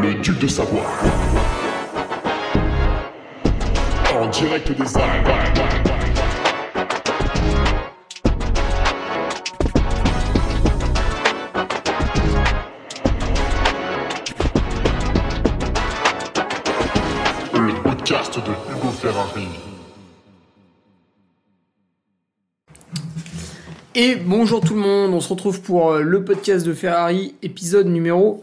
le duc de Savoie. En direct des Alpes. Le podcast de Hugo Ferrari. Et bonjour tout le monde, on se retrouve pour le podcast de Ferrari, épisode numéro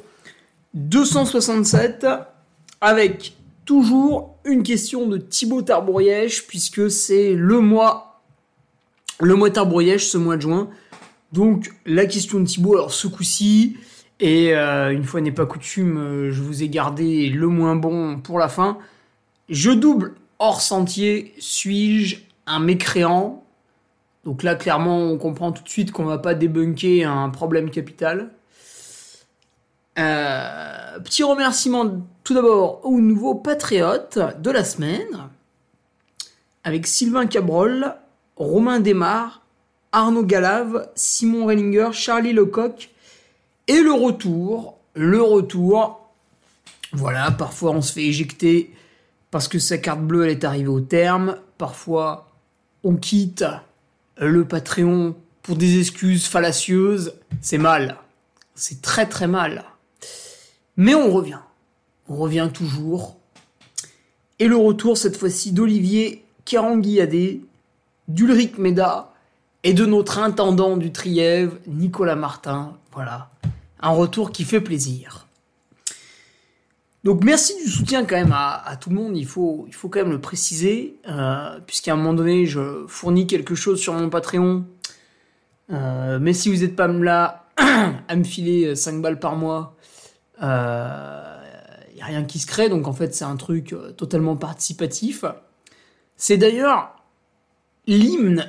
267, avec toujours une question de Thibaut Tarbourièche, puisque c'est le mois Tarbourièche, ce mois de juin. Donc la question de Thibaut, alors ce coup-ci, et une fois n'est pas coutume, je vous ai gardé le moins bon pour la fin. Je double hors sentier, suis-je un mécréant ? Donc là, clairement, on comprend tout de suite qu'on va pas débunker un problème capital. Petit remerciement tout d'abord aux nouveaux patriotes de la semaine, avec Sylvain Cabrol, Romain Desmar, Arnaud Galave, Simon Rellinger, Charlie Lecoq, et le retour. Voilà, parfois on se fait éjecter parce que sa carte bleue elle est arrivée au terme, parfois on quitte le Patreon pour des excuses fallacieuses. C'est mal, c'est très très mal. Mais on revient toujours. Et le retour cette fois-ci d'Olivier Kéranguiadé, d'Ulrich Méda et de notre intendant du Trièves, Nicolas Martin. Voilà, un retour qui fait plaisir. Donc merci du soutien quand même à tout le monde, il faut quand même le préciser, puisqu'à un moment donné je fournis quelque chose sur mon Patreon, mais si vous n'êtes pas là à me filer 5 balles par mois, il n'y a rien qui se crée, donc en fait c'est un truc totalement participatif. C'est d'ailleurs l'hymne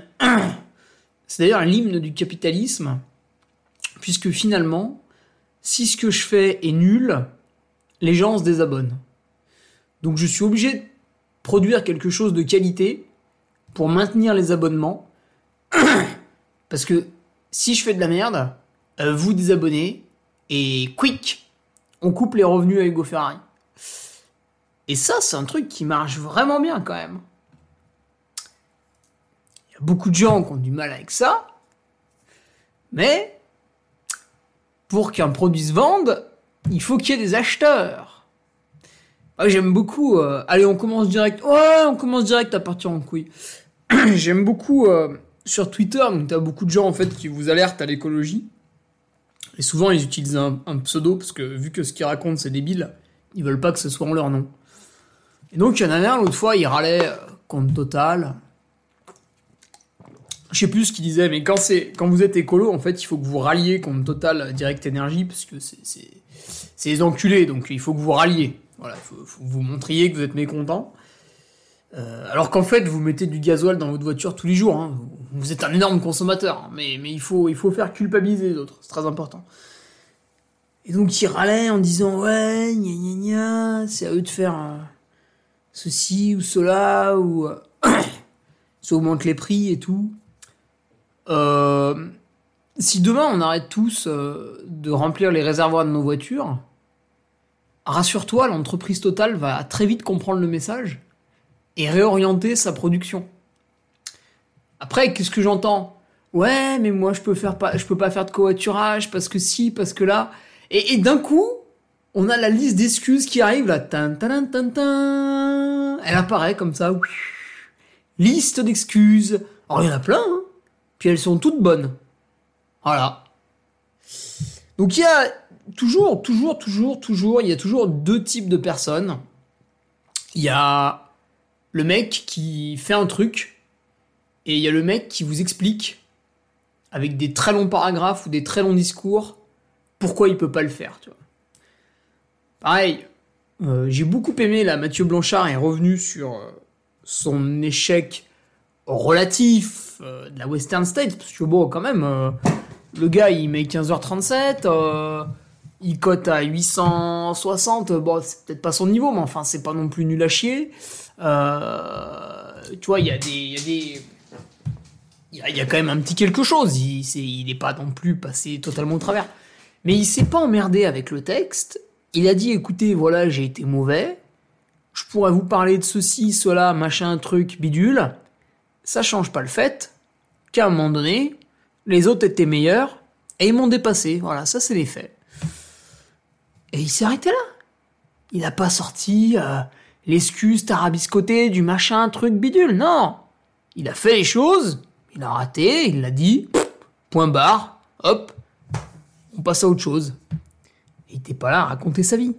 du capitalisme, puisque finalement, si ce que je fais est nul, les gens se désabonnent. Donc je suis obligé de produire quelque chose de qualité pour maintenir les abonnements. Parce que si je fais de la merde, vous désabonnez et quick, on coupe les revenus à Hugo Ferrari. Et ça, c'est un truc qui marche vraiment bien quand même. Il y a beaucoup de gens qui ont du mal avec ça, mais pour qu'un produit se vende, il faut qu'il y ait des acheteurs. Ah, j'aime beaucoup... allez, on commence direct. Ouais, on commence direct à partir en couille. J'aime beaucoup sur Twitter, donc t'as beaucoup de gens en fait qui vous alertent à l'écologie. Et souvent, ils utilisent un pseudo, parce que vu que ce qu'ils racontent, c'est débile, ils veulent pas que ce soit en leur nom. Et donc, il y en avait un, l'autre fois, il râlait contre Total. Je sais plus ce qu'il disait, mais quand vous êtes écolo, en fait, il faut que vous ralliez contre Total Direct Energy, parce que c'est les enculés, donc il faut que vous ralliez. Voilà, faut que vous montriez que vous êtes mécontent. Alors qu'en fait, vous mettez du gasoil dans votre voiture tous les jours. Hein. Vous êtes un énorme consommateur, hein, mais il faut faire culpabiliser les autres. C'est très important. Et donc, il râlait en disant « Ouais, gna gna gna, c'est à eux de faire ceci ou cela, ou ça augmente les prix et tout. » Si demain on arrête tous de remplir les réservoirs de nos voitures, rassure-toi, l'entreprise Total va très vite comprendre le message et réorienter sa production. Après, qu'est-ce que j'entends ? Ouais, mais moi je peux pas faire de covoiturage parce que si, parce que là. Et d'un coup, on a la liste d'excuses qui arrive là. Elle apparaît comme ça. Liste d'excuses. Alors il y en a plein, hein. Puis elles sont toutes bonnes. Voilà. Donc il y a toujours, il y a toujours deux types de personnes. Il y a le mec qui fait un truc, et il y a le mec qui vous explique, avec des très longs paragraphes ou des très longs discours, pourquoi il peut pas le faire, tu vois. Pareil, j'ai beaucoup aimé, là, Mathieu Blanchard est revenu sur son échec relatif de la Western States, parce que bon, quand même, le gars, il met 15h37, il cote à 860, bon, c'est peut-être pas son niveau, mais enfin, c'est pas non plus nul à chier. Tu vois, il y a quand même un petit quelque chose, il est pas non plus passé totalement au travers. Mais il s'est pas emmerdé avec le texte, il a dit, écoutez, voilà, j'ai été mauvais, je pourrais vous parler de ceci, cela, machin, truc, bidule, ça change pas le fait qu'à un moment donné, les autres étaient meilleurs, et ils m'ont dépassé, voilà, ça c'est les faits. Et il s'est arrêté là. Il n'a pas sorti l'excuse tarabiscotée du machin, truc, bidule, non. Il a fait les choses, il a raté, il l'a dit, point barre, hop, on passe à autre chose. Et il n'était pas là à raconter sa vie.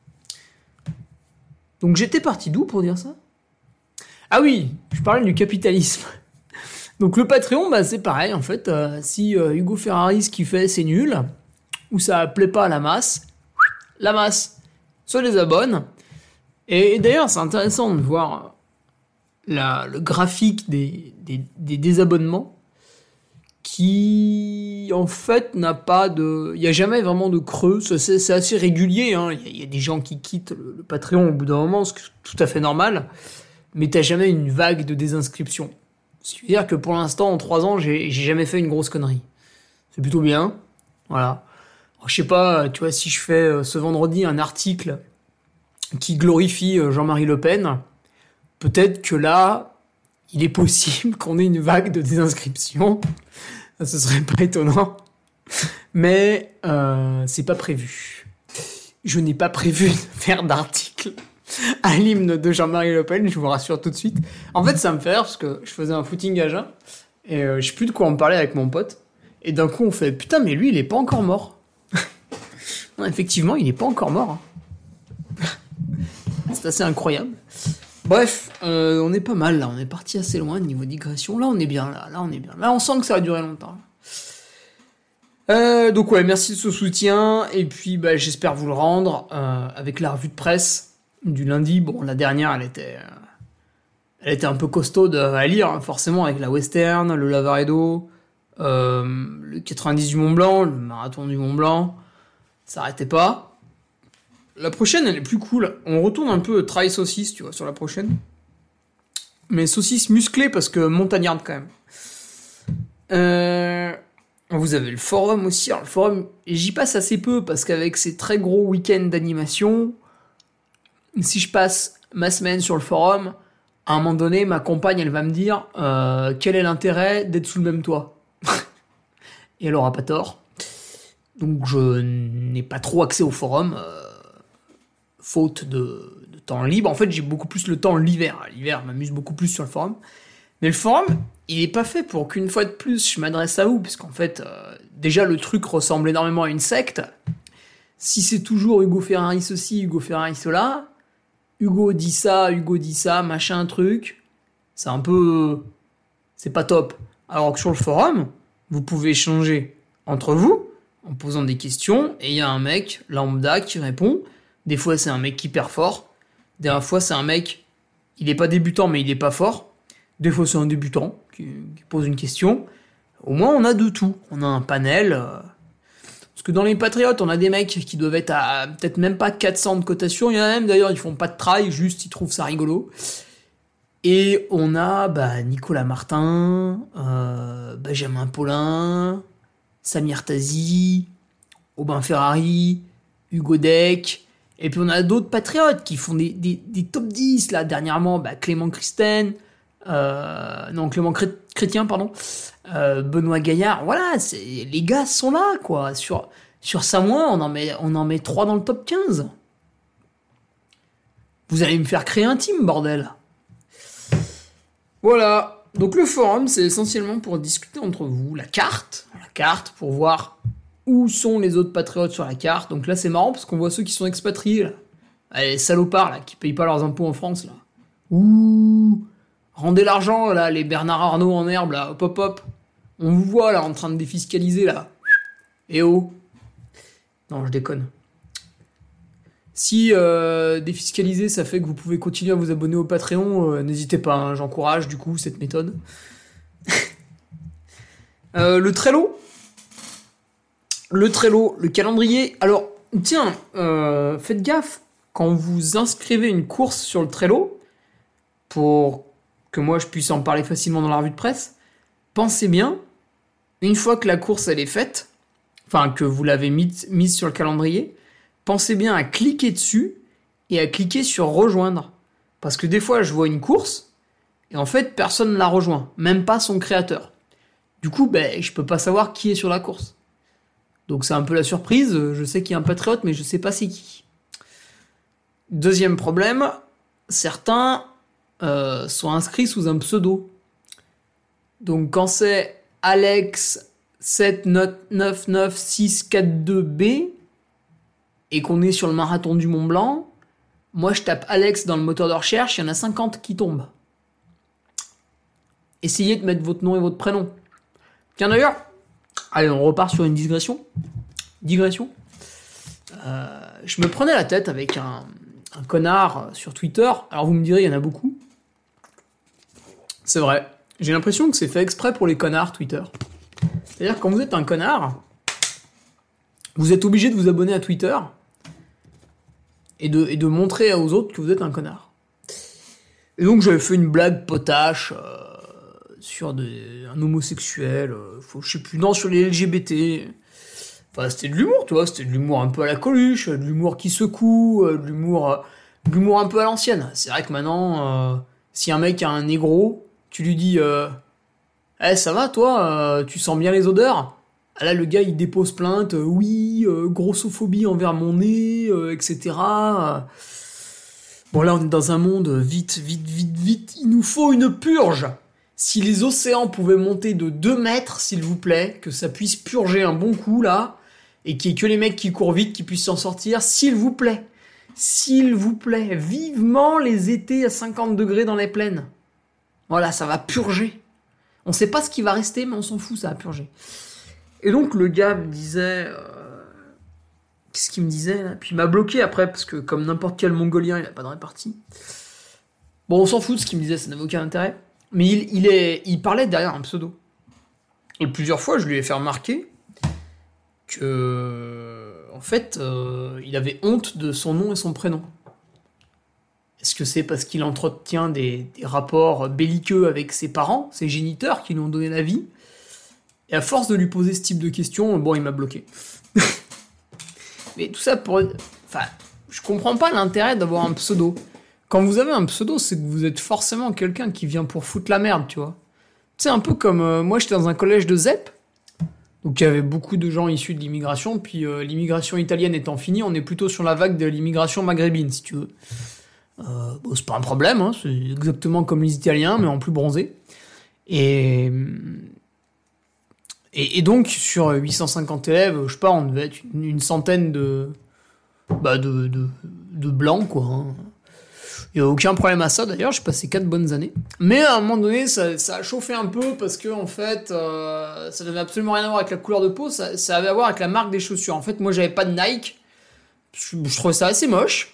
Donc j'étais parti d'où pour dire ça ? Ah oui, je parlais du capitalisme. Donc le Patreon, c'est pareil en fait. Si Hugo Ferrari ce qu'il fait c'est nul, ou ça plaît pas à la masse se désabonne. Et d'ailleurs c'est intéressant de voir le graphique des désabonnements qui en fait n'a pas de... Il n'y a jamais vraiment de creux, c'est assez régulier. Hein. Il y a des gens qui quittent le Patreon au bout d'un moment, ce qui est tout à fait normal, mais t'as jamais une vague de désinscription. Ce qui veut dire que pour l'instant, en 3 ans, j'ai jamais fait une grosse connerie. C'est plutôt bien. Voilà. Alors, je sais pas, tu vois, si je fais ce vendredi un article qui glorifie Jean-Marie Le Pen, peut-être que là, il est possible qu'on ait une vague de désinscription. Ce serait pas étonnant. Mais c'est pas prévu. Je n'ai pas prévu de faire d'article à l'hymne de Jean-Marie Le Pen, je vous rassure tout de suite. En fait, ça me fait rire parce que je faisais un footing à jeun et je sais plus de quoi on parlait avec mon pote. Et d'un coup, on fait « Putain, mais lui, il est pas encore mort. » Non, effectivement, il est pas encore mort. Hein. C'est assez incroyable. Bref, on est pas mal là. On est parti assez loin niveau digression. Là, on est bien. Là, on est bien. Là, on sent que ça va durer longtemps. Donc ouais, merci de ce soutien. Et puis, j'espère vous le rendre avec la revue de presse du lundi. Bon, la dernière, elle était un peu costaude à lire, hein, forcément, avec la Western, le Lavaredo, le 90 du Mont Blanc, le marathon du Mont Blanc. Ça arrêtait pas. La prochaine, elle est plus cool. On retourne un peu trail saucisse, tu vois, sur la prochaine. Mais saucisse musclée parce que montagnarde quand même. Vous avez le forum aussi. Alors, le forum, j'y passe assez peu parce qu'avec ces très gros week-ends d'animation, si je passe ma semaine sur le forum, à un moment donné, ma compagne, elle va me dire quel est l'intérêt d'être sous le même toit. Et elle aura pas tort. Donc je n'ai pas trop accès au forum, faute de temps libre. En fait, j'ai beaucoup plus le temps l'hiver. L'hiver, je m'amuse beaucoup plus sur le forum. Mais le forum, il est pas fait pour qu'une fois de plus, je m'adresse à vous, puisqu'en fait, déjà, le truc ressemble énormément à une secte. Si c'est toujours Hugo Ferrari ceci, Hugo Ferrari cela, Hugo dit ça, machin truc, c'est un peu... c'est pas top. Alors que sur le forum, vous pouvez échanger entre vous, en posant des questions, et il y a un mec lambda qui répond. Des fois, c'est un mec hyper fort. Des fois, c'est un mec, il est pas débutant, mais il est pas fort. Des fois, c'est un débutant qui pose une question. Au moins, on a de tout. On a un panel. Parce que dans les Patriotes, on a des mecs qui doivent être à peut-être même pas 400 de cotation. Il y en a même, d'ailleurs, ils font pas de trail, juste ils trouvent ça rigolo. Et on a Nicolas Martin, Benjamin Paulin, Samir Tazi, Aubin Ferrari, Hugo Deck, et puis on a d'autres patriotes qui font des top 10, là, dernièrement, Clément Chrétien, pardon, Benoît Gaillard, voilà, les gars sont là, quoi, sur Samoa, on en met 3 dans le top 15. Vous allez me faire créer un team, bordel. Voilà. Donc le forum, c'est essentiellement pour discuter entre vous. La carte pour voir où sont les autres patriotes sur la carte. Donc là, c'est marrant parce qu'on voit ceux qui sont expatriés, là. Les salopards, là, qui payent pas leurs impôts en France, là. Ouh, rendez l'argent, là, les Bernard Arnault en herbe, là, hop, hop, hop. On vous voit, là, en train de défiscaliser, là. Eh oh. Non, je déconne. Si défiscaliser, ça fait que vous pouvez continuer à vous abonner au Patreon, n'hésitez pas, hein, j'encourage du coup cette méthode. Le Trello, le calendrier. Alors, tiens, faites gaffe, quand vous inscrivez une course sur le Trello, pour que moi je puisse en parler facilement dans la revue de presse, pensez bien, une fois que la course elle est faite, enfin que vous l'avez mise sur le calendrier, pensez bien à cliquer dessus et à cliquer sur rejoindre. Parce que des fois, je vois une course et en fait, personne ne la rejoint, même pas son créateur. Du coup, je peux pas savoir qui est sur la course. Donc c'est un peu la surprise, je sais qu'il y a un patriote, mais je sais pas c'est qui. Deuxième problème, certains sont inscrits sous un pseudo. Donc quand c'est Alex 7999642B et qu'on est sur le marathon du Mont Blanc, moi je tape Alex dans le moteur de recherche, il y en a 50 qui tombent. Essayez de mettre votre nom et votre prénom. Tiens d'ailleurs, allez, on repart sur une digression. Je me prenais la tête avec un connard sur Twitter. Alors vous me direz, il y en a beaucoup. C'est vrai. J'ai l'impression que c'est fait exprès pour les connards, Twitter. C'est-à-dire, quand vous êtes un connard, vous êtes obligé de vous abonner à Twitter et de montrer aux autres que vous êtes un connard. Et donc, j'avais fait une blague potache sur un homosexuel, je sais plus, non, sur les LGBT. Enfin, c'était de l'humour, tu vois, c'était de l'humour un peu à la Coluche, de l'humour qui secoue, de l'humour un peu à l'ancienne. C'est vrai que maintenant, si un mec a un négro, tu lui dis ça va toi, tu sens bien les odeurs? Ah là, le gars, il dépose plainte, grossophobie envers mon nez, etc. Bon, là, on est dans un monde, vite, il nous faut une purge. Si les océans pouvaient monter de 2 mètres, s'il vous plaît, que ça puisse purger un bon coup, là, et qu'il y ait que les mecs qui courent vite qui puissent s'en sortir, s'il vous plaît, vivement les étés à 50 degrés dans les plaines. Voilà, ça va purger. On sait pas ce qui va rester, mais on s'en fout, ça va purger. Et donc, le gars me disait... Qu'est-ce qu'il me disait, là? Puis il m'a bloqué après, parce que comme n'importe quel Mongolien, il a pas de répartie. Bon, on s'en fout de ce qu'il me disait, ça n'avait aucun intérêt. Mais il parlait derrière un pseudo. Et plusieurs fois, je lui ai fait remarquer que... En fait, il avait honte de son nom et son prénom. Est-ce que c'est parce qu'il entretient des rapports belliqueux avec ses parents, ses géniteurs qui lui ont donné la vie? Et à force de lui poser ce type de questions, il m'a bloqué. Mais tout ça pour... Enfin, je comprends pas l'intérêt d'avoir un pseudo. Quand vous avez un pseudo, c'est que vous êtes forcément quelqu'un qui vient pour foutre la merde, tu vois. C'est un peu comme... moi, j'étais dans un collège de ZEP, donc il y avait beaucoup de gens issus de l'immigration, puis l'immigration italienne étant finie, on est plutôt sur la vague de l'immigration maghrébine, si tu veux. C'est pas un problème, hein, c'est exactement comme les Italiens, mais en plus bronzé. Et donc, sur 850 élèves, je sais pas, on devait être une centaine de blancs, quoi. Hein. Il n'y a aucun problème à ça, d'ailleurs, j'ai passé 4 bonnes années. Mais à un moment donné, ça a chauffé un peu, parce que, en fait, ça n'avait absolument rien à voir avec la couleur de peau, ça avait à voir avec la marque des chaussures. En fait, moi, j'avais pas de Nike, je trouvais ça assez moche.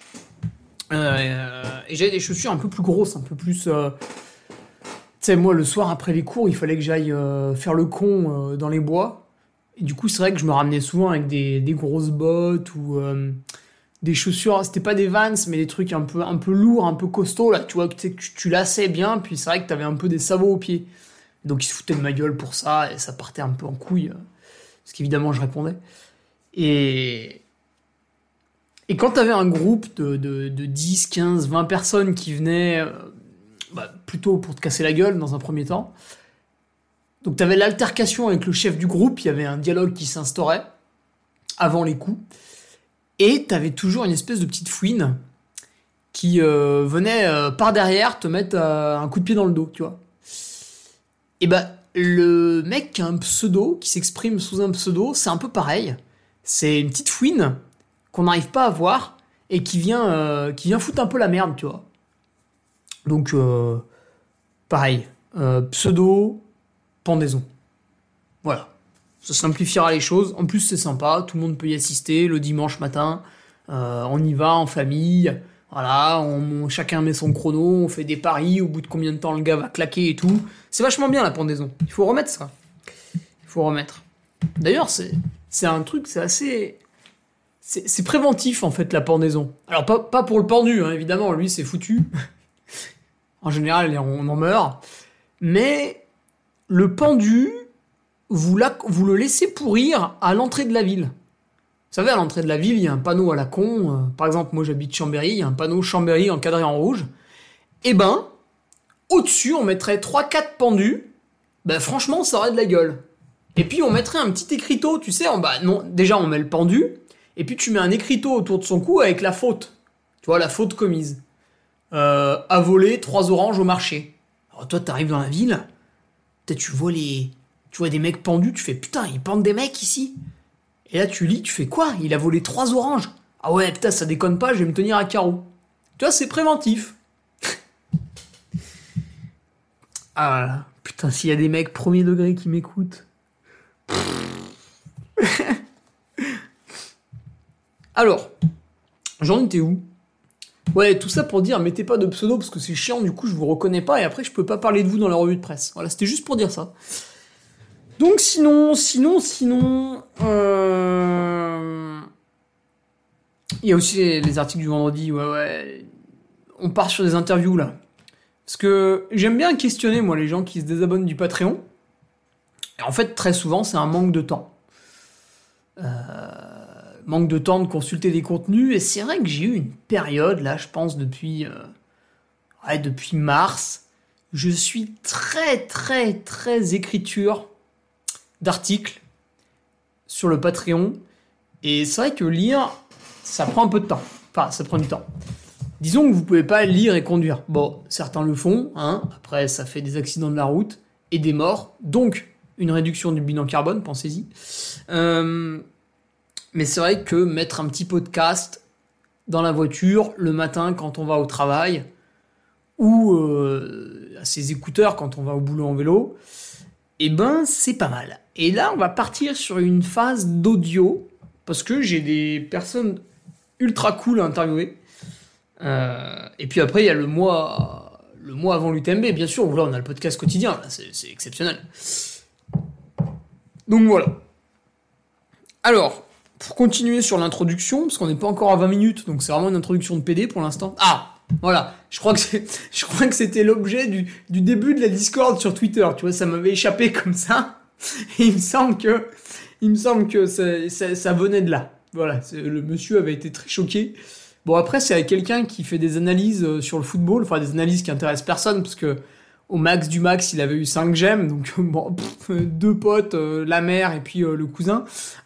Et j'avais des chaussures un peu plus grosses, un peu plus... Tu sais, moi, le soir, après les cours, il fallait que j'aille faire le con dans les bois. Et du coup, c'est vrai que je me ramenais souvent avec des grosses bottes ou des chaussures. C'était pas des Vans, mais des trucs un peu lourds, un peu costauds, là. Tu vois, que tu lassais bien, puis c'est vrai que t'avais un peu des sabots aux pieds. Donc, ils se foutaient de ma gueule pour ça, et ça partait un peu en couille. Parce qu'évidemment, je répondais. Et quand t'avais un groupe de 10, 15, 20 personnes qui venaient plutôt pour te casser la gueule dans un premier temps, donc t'avais l'altercation avec le chef du groupe, il y avait un dialogue qui s'instaurait avant les coups, et t'avais toujours une espèce de petite fouine qui venait par derrière te mettre un coup de pied dans le dos, tu vois. Et le mec qui a un pseudo, qui s'exprime sous un pseudo, c'est un peu pareil. C'est une petite fouine qu'on n'arrive pas à voir et qui vient foutre un peu la merde, tu vois. Donc, pareil, pseudo, pendaison. Voilà. Ça simplifiera les choses. En plus, c'est sympa, tout le monde peut y assister le dimanche matin. On y va en famille. Voilà, chacun met son chrono, on fait des paris, au bout de combien de temps le gars va claquer et tout. C'est vachement bien la pendaison. Il faut remettre ça. Il faut remettre. D'ailleurs, c'est un truc, c'est assez... C'est préventif, en fait, la pendaison. Alors, pas pour le pendu, hein, évidemment, lui, c'est foutu. En général, on en meurt. Mais le pendu, vous le laissez pourrir à l'entrée de la ville. savez, à l'entrée de la ville, il y a un panneau à la con. Par exemple, moi j'habite Chambéry, il y a un panneau Chambéry encadré en rouge. Eh ben, au-dessus, on mettrait 3-4 pendus. Ben franchement, ça aurait de la gueule. Et puis on mettrait un petit écriteau, tu sais, non, déjà on met le pendu, et puis tu mets un écriteau autour de son cou avec la faute. Tu vois, la faute commise. À voler 3 oranges au marché. Alors toi, t'arrives dans la ville, peut-être tu vois des mecs pendus, tu fais putain, ils pendent des mecs ici. Et là tu lis, tu fais quoi? Il a volé 3 oranges. Ah ouais, putain, ça déconne pas, je vais me tenir à carreau. Tu vois, c'est préventif. Ah là, putain, s'il y a des mecs premier degré qui m'écoutent. Alors, j'en étais où? Ouais, tout ça pour dire, mettez pas de pseudo parce que c'est chiant, du coup je vous reconnais pas et après je peux pas parler de vous dans la revue de presse. Voilà, c'était juste pour dire ça. Donc sinon, il y a aussi les articles du vendredi, ouais. On part sur des interviews là. Parce que j'aime bien questionner moi les gens qui se désabonnent du Patreon. Et en fait, très souvent, c'est un manque de temps. Manque de temps de consulter des contenus, et c'est vrai que j'ai eu une période, là, je pense, depuis mars, je suis très écriture d'articles sur le Patreon, et c'est vrai que lire, ça prend un peu de temps. Enfin, ça prend du temps. Disons que vous pouvez pas lire et conduire. Bon, certains le font, hein, après ça fait des accidents de la route, et des morts, donc une réduction du bilan carbone, pensez-y. Mais c'est vrai que mettre un petit podcast dans la voiture le matin quand on va au travail ou à ses écouteurs quand on va au boulot en vélo, eh ben c'est pas mal. Et là, on va partir sur une phase d'audio parce que j'ai des personnes ultra cool à interviewer. Et puis après, il y a le mois avant l'UTMB, bien sûr, où là, on a le podcast quotidien. Là, c'est exceptionnel. Donc voilà. Alors, pour continuer sur l'introduction, parce qu'on n'est pas encore à 20 minutes, donc c'est vraiment une introduction de PD pour l'instant. Ah, voilà, je crois que c'était l'objet du début de la Discord sur Twitter, tu vois, ça m'avait échappé comme ça, et il me semble que ça venait de là. Voilà, le monsieur avait été très choqué. Bon, après, c'est avec quelqu'un qui fait des analyses sur le football, enfin des analyses qui intéressent personne, parce que au max du max, il avait eu 5 gemmes, donc bon, 2 potes, la mère et puis le cousin.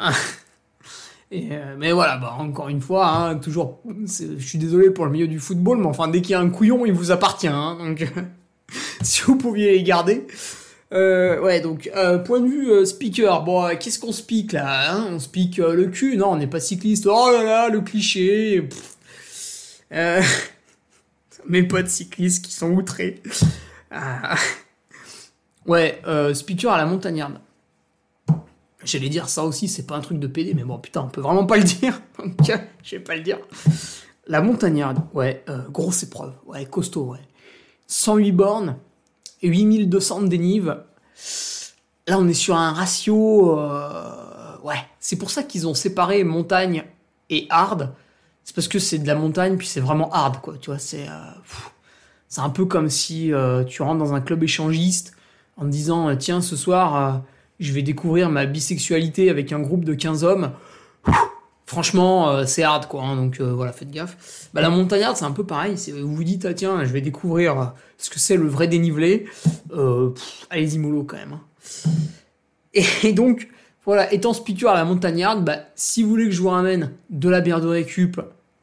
Mais voilà, bah, encore une fois, hein, toujours, je suis désolé pour le milieu du football, mais enfin, dès qu'il y a un couillon, il vous appartient, hein, donc si vous pouviez les garder. Ouais, donc, point de vue speaker, bon, qu'est-ce qu'on speak là, hein? On speak le cul? Non, on n'est pas cycliste. Oh là là, le cliché. Mes potes cyclistes qui sont outrés. Ouais, speaker à la montagnarde. J'allais dire ça aussi, c'est pas un truc de PD, mais bon, putain, on peut vraiment pas le dire. Donc, je vais pas le dire. La montagnarde, ouais, grosse épreuve. Ouais, costaud, ouais. 108 bornes, 8200 de dénive. Là, on est sur un ratio... ouais, c'est pour ça qu'ils ont séparé montagne et hard. C'est parce que c'est de la montagne, puis c'est vraiment hard, quoi. Tu vois, c'est un peu comme si tu rentres dans un club échangiste en te disant, tiens, ce soir... je vais découvrir ma bisexualité avec un groupe de 15 hommes. Franchement, c'est hard, quoi. Hein, donc voilà, faites gaffe. Bah, la montagnarde, c'est un peu pareil. Vous vous dites, ah tiens, je vais découvrir ce que c'est le vrai dénivelé. Allez-y mollo, quand même. Hein. Et donc, voilà, étant speaker à la montagnarde, bah, si vous voulez que je vous ramène de la bière de récup,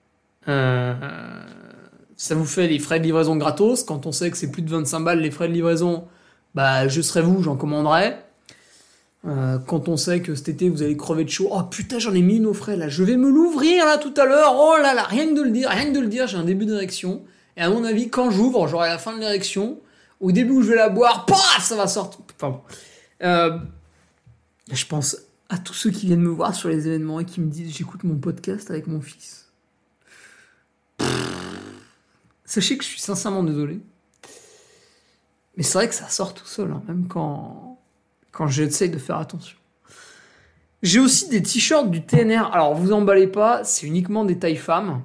ça vous fait les frais de livraison gratos. Quand on sait que c'est plus de 25 balles les frais de livraison, bah, je serai vous, j'en commanderai. Quand on sait que cet été vous allez crever de chaud, oh putain j'en ai mis une au frais là, je vais me l'ouvrir là tout à l'heure, oh là là, rien que de le dire, j'ai un début d'érection, et à mon avis quand j'ouvre, j'aurai la fin de l'érection, au début où je vais la boire, paf, ça va sortir, enfin je pense à tous ceux qui viennent me voir sur les événements et qui me disent j'écoute mon podcast avec mon fils. Sachez que je suis sincèrement désolé, mais c'est vrai que ça sort tout seul, hein, même quand j'essaye de faire attention. J'ai aussi des t-shirts du TNR. Alors, vous emballez pas, c'est uniquement des tailles femmes.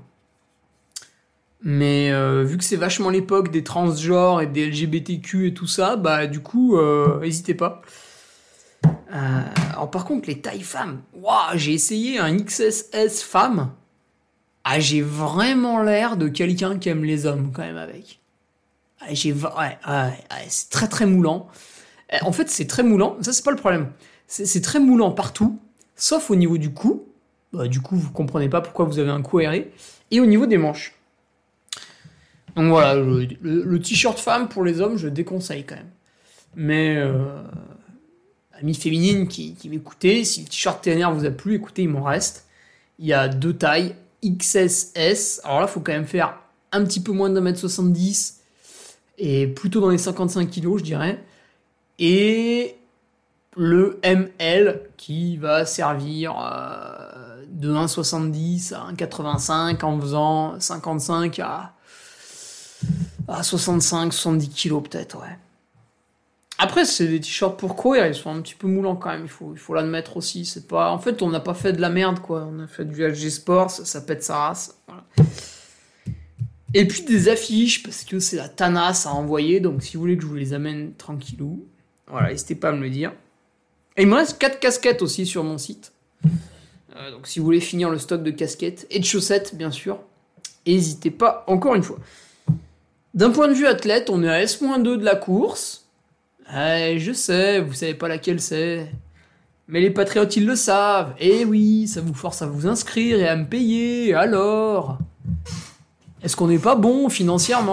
Mais vu que c'est vachement l'époque des transgenres et des LGBTQ et tout ça, bah du coup, n'hésitez pas. Alors par contre, les tailles femmes, waouh, j'ai essayé un XSS femme. Ah, j'ai vraiment l'air de quelqu'un qui aime les hommes quand même avec. Ah, c'est très très moulant. En fait, c'est très moulant, ça c'est pas le problème. C'est très moulant partout, sauf au niveau du cou. Du coup, vous comprenez pas pourquoi vous avez un cou aéré. Et au niveau des manches. Donc voilà, le t-shirt femme pour les hommes, je déconseille quand même. Mais, amis féminines qui m'écoutez, si le t-shirt TNR vous a plu, écoutez, il m'en reste. Il y a 2 tailles, XSS. Alors là, il faut quand même faire un petit peu moins de 1m70 et plutôt dans les 55 kg, je dirais. Et le ML qui va servir de 1,70 à 1,85 en faisant 55 à 65, 70 kilos peut-être, ouais. Après, c'est des t-shirts pour courir, ils sont un petit peu moulants quand même, il faut l'admettre aussi. C'est pas... En fait, on n'a pas fait de la merde, quoi. On a fait du LG Sport, ça pète sa race. Voilà. Et puis des affiches, parce que c'est la tanasse à envoyer, donc si vous voulez que je vous les amène tranquillou, voilà, n'hésitez pas à me le dire. Et il me reste 4 casquettes aussi sur mon site. Donc si vous voulez finir le stock de casquettes et de chaussettes, bien sûr, n'hésitez pas, encore une fois. D'un point de vue athlète, on est à S-2 de la course. Je sais, vous savez pas laquelle c'est. Mais les patriotes, ils le savent. Eh oui, ça vous force à vous inscrire et à me payer. Alors, est-ce qu'on n'est pas bon financièrement ?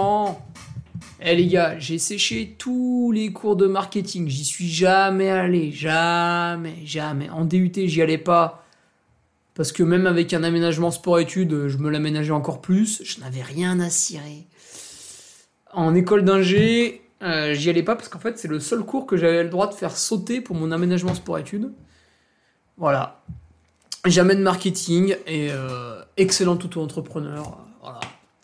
Les gars, j'ai séché tous les cours de marketing. J'y suis jamais allé. Jamais. En DUT, j'y allais pas. Parce que même avec un aménagement sport-études, je me l'aménageais encore plus. Je n'avais rien à cirer. En école d'ingé... j'y allais pas parce qu'en fait c'est le seul cours que j'avais le droit de faire sauter pour mon aménagement sport-études. Voilà. Jamais de marketing et excellent auto-entrepreneur. Voilà.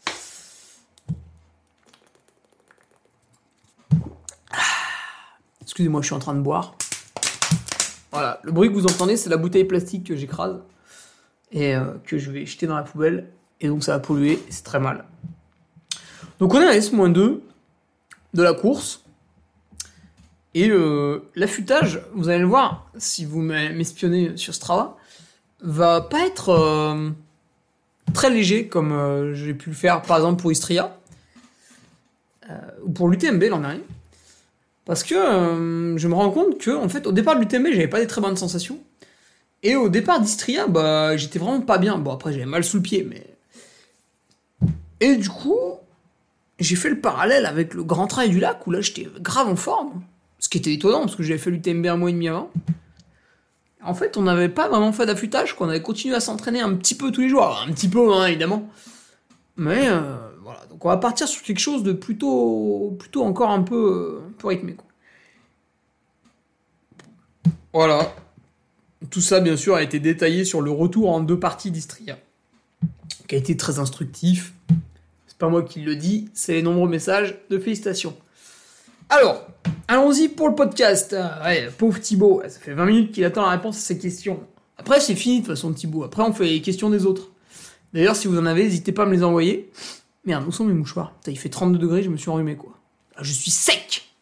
Excusez-moi, je suis en train de boire. Voilà. Le bruit que vous entendez, c'est la bouteille plastique que j'écrase et que je vais jeter dans la poubelle. Et donc ça va polluer et c'est très mal. Donc on est à S-2 de la course. Et l'affûtage, vous allez le voir, si vous m'espionnez sur Strava, va pas être très léger comme j'ai pu le faire par exemple pour Istria ou pour l'UTMB l'an dernier. Parce que je me rends compte que en fait, au départ de l'UTMB, j'avais pas des très bonnes sensations. Et au départ d'Istria, j'étais vraiment pas bien. Bon, après, j'avais mal sous le pied, mais... Et du coup... J'ai fait le parallèle avec le Grand Trail du Lac, où là, j'étais grave en forme. Ce qui était étonnant, parce que j'avais fait l'UTMB un mois et demi avant. En fait, on n'avait pas vraiment fait d'affûtage, qu'on avait continué à s'entraîner un petit peu tous les jours. Alors, un petit peu, hein, évidemment. Mais, voilà. Donc, on va partir sur quelque chose de plutôt encore un peu rythmé, quoi. Voilà. Tout ça, bien sûr, a été détaillé sur le retour en 2 parties d'Istria, qui a été très instructif. Pas moi qui le dis, c'est les nombreux messages de félicitations. Alors, allons-y pour le podcast. Pauvre Thibaut, ça fait 20 minutes qu'il attend la réponse à ses questions. Après, c'est fini de toute façon, Thibaut. Après, on fait les questions des autres. D'ailleurs, si vous en avez, n'hésitez pas à me les envoyer. Merde, où sont mes mouchoirs ? Putain, il fait 32 degrés, je me suis enrhumé, quoi. Là, je suis sec.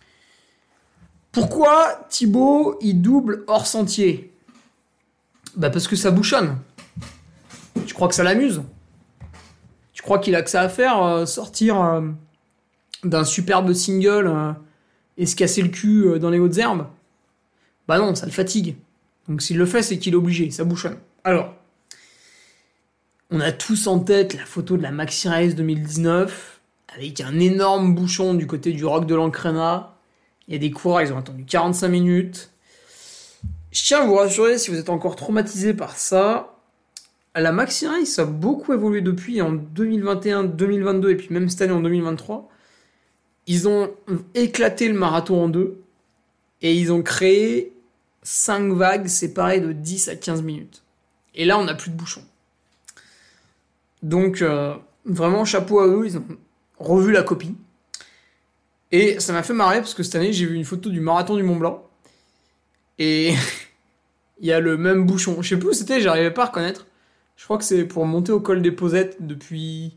Pourquoi Thibaut, il double hors sentier ? Parce que ça bouchonne. Tu crois que ça l'amuse ? Je crois qu'il a que ça à faire, sortir d'un superbe single et se casser le cul dans les hautes herbes. Bah non, ça le fatigue. Donc s'il le fait, c'est qu'il est obligé, ça bouchonne. Alors, on a tous en tête la photo de la Maxi Race 2019, avec un énorme bouchon du côté du Roc de l'Ancrena. Il y a des coureurs, ils ont attendu 45 minutes. Je tiens à vous rassurer, si vous êtes encore traumatisé par ça... La Maxi Race a beaucoup évolué depuis, en 2021, 2022 et puis même cette année en 2023. Ils ont éclaté le marathon en 2 et ils ont créé 5 vagues séparées de 10 à 15 minutes. Et là, on n'a plus de bouchons. Donc, vraiment, chapeau à eux, ils ont revu la copie. Et ça m'a fait marrer parce que cette année, j'ai vu une photo du marathon du Mont Blanc. Et il y a le même bouchon. Je sais plus où c'était, j'arrivais pas à reconnaître. Je crois que c'est pour monter au col des Posettes depuis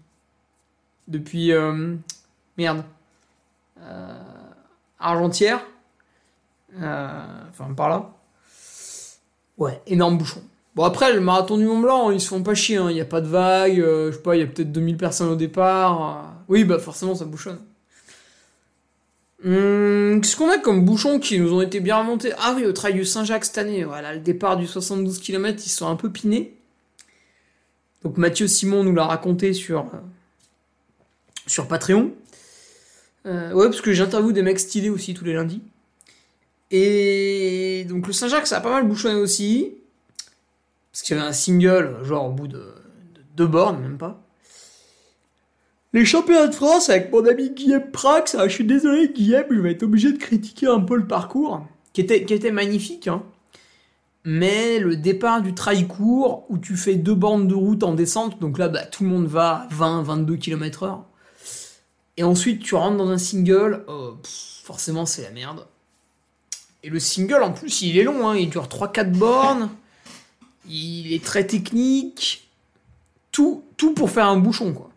Argentière. Enfin, par là. Ouais, énorme bouchon. Bon, après, le marathon du Mont Blanc, ils se font pas chier, hein. Il y a pas de vague, je sais pas, il y a peut-être 2000 personnes au départ. Oui, bah forcément, ça bouchonne. Qu'est-ce qu'on a comme bouchons qui nous ont été bien remontés? Ah oui, au Trail du Saint-Jacques cette année, voilà, le départ du 72 km, ils sont un peu pinés. Donc Mathieu Simon nous l'a raconté sur Patreon. Ouais, parce que j'interviewe des mecs stylés aussi tous les lundis. Et donc le Saint-Jacques, ça a pas mal bouchonné aussi. Parce qu'il y avait un single, genre au bout de 2 bornes, même pas. Les championnats de France avec mon ami Guillaume Prax, je suis désolé Guillaume, je vais être obligé de critiquer un peu le parcours, qui était magnifique, hein. Mais le départ du trail court, où tu fais 2 bornes de route en descente, donc là bah, tout le monde va à 20-22 km/h. Et ensuite tu rentres dans un single, forcément c'est la merde. Et le single en plus il est long, hein, il dure 3-4 bornes, il est très technique, tout pour faire un bouchon quoi.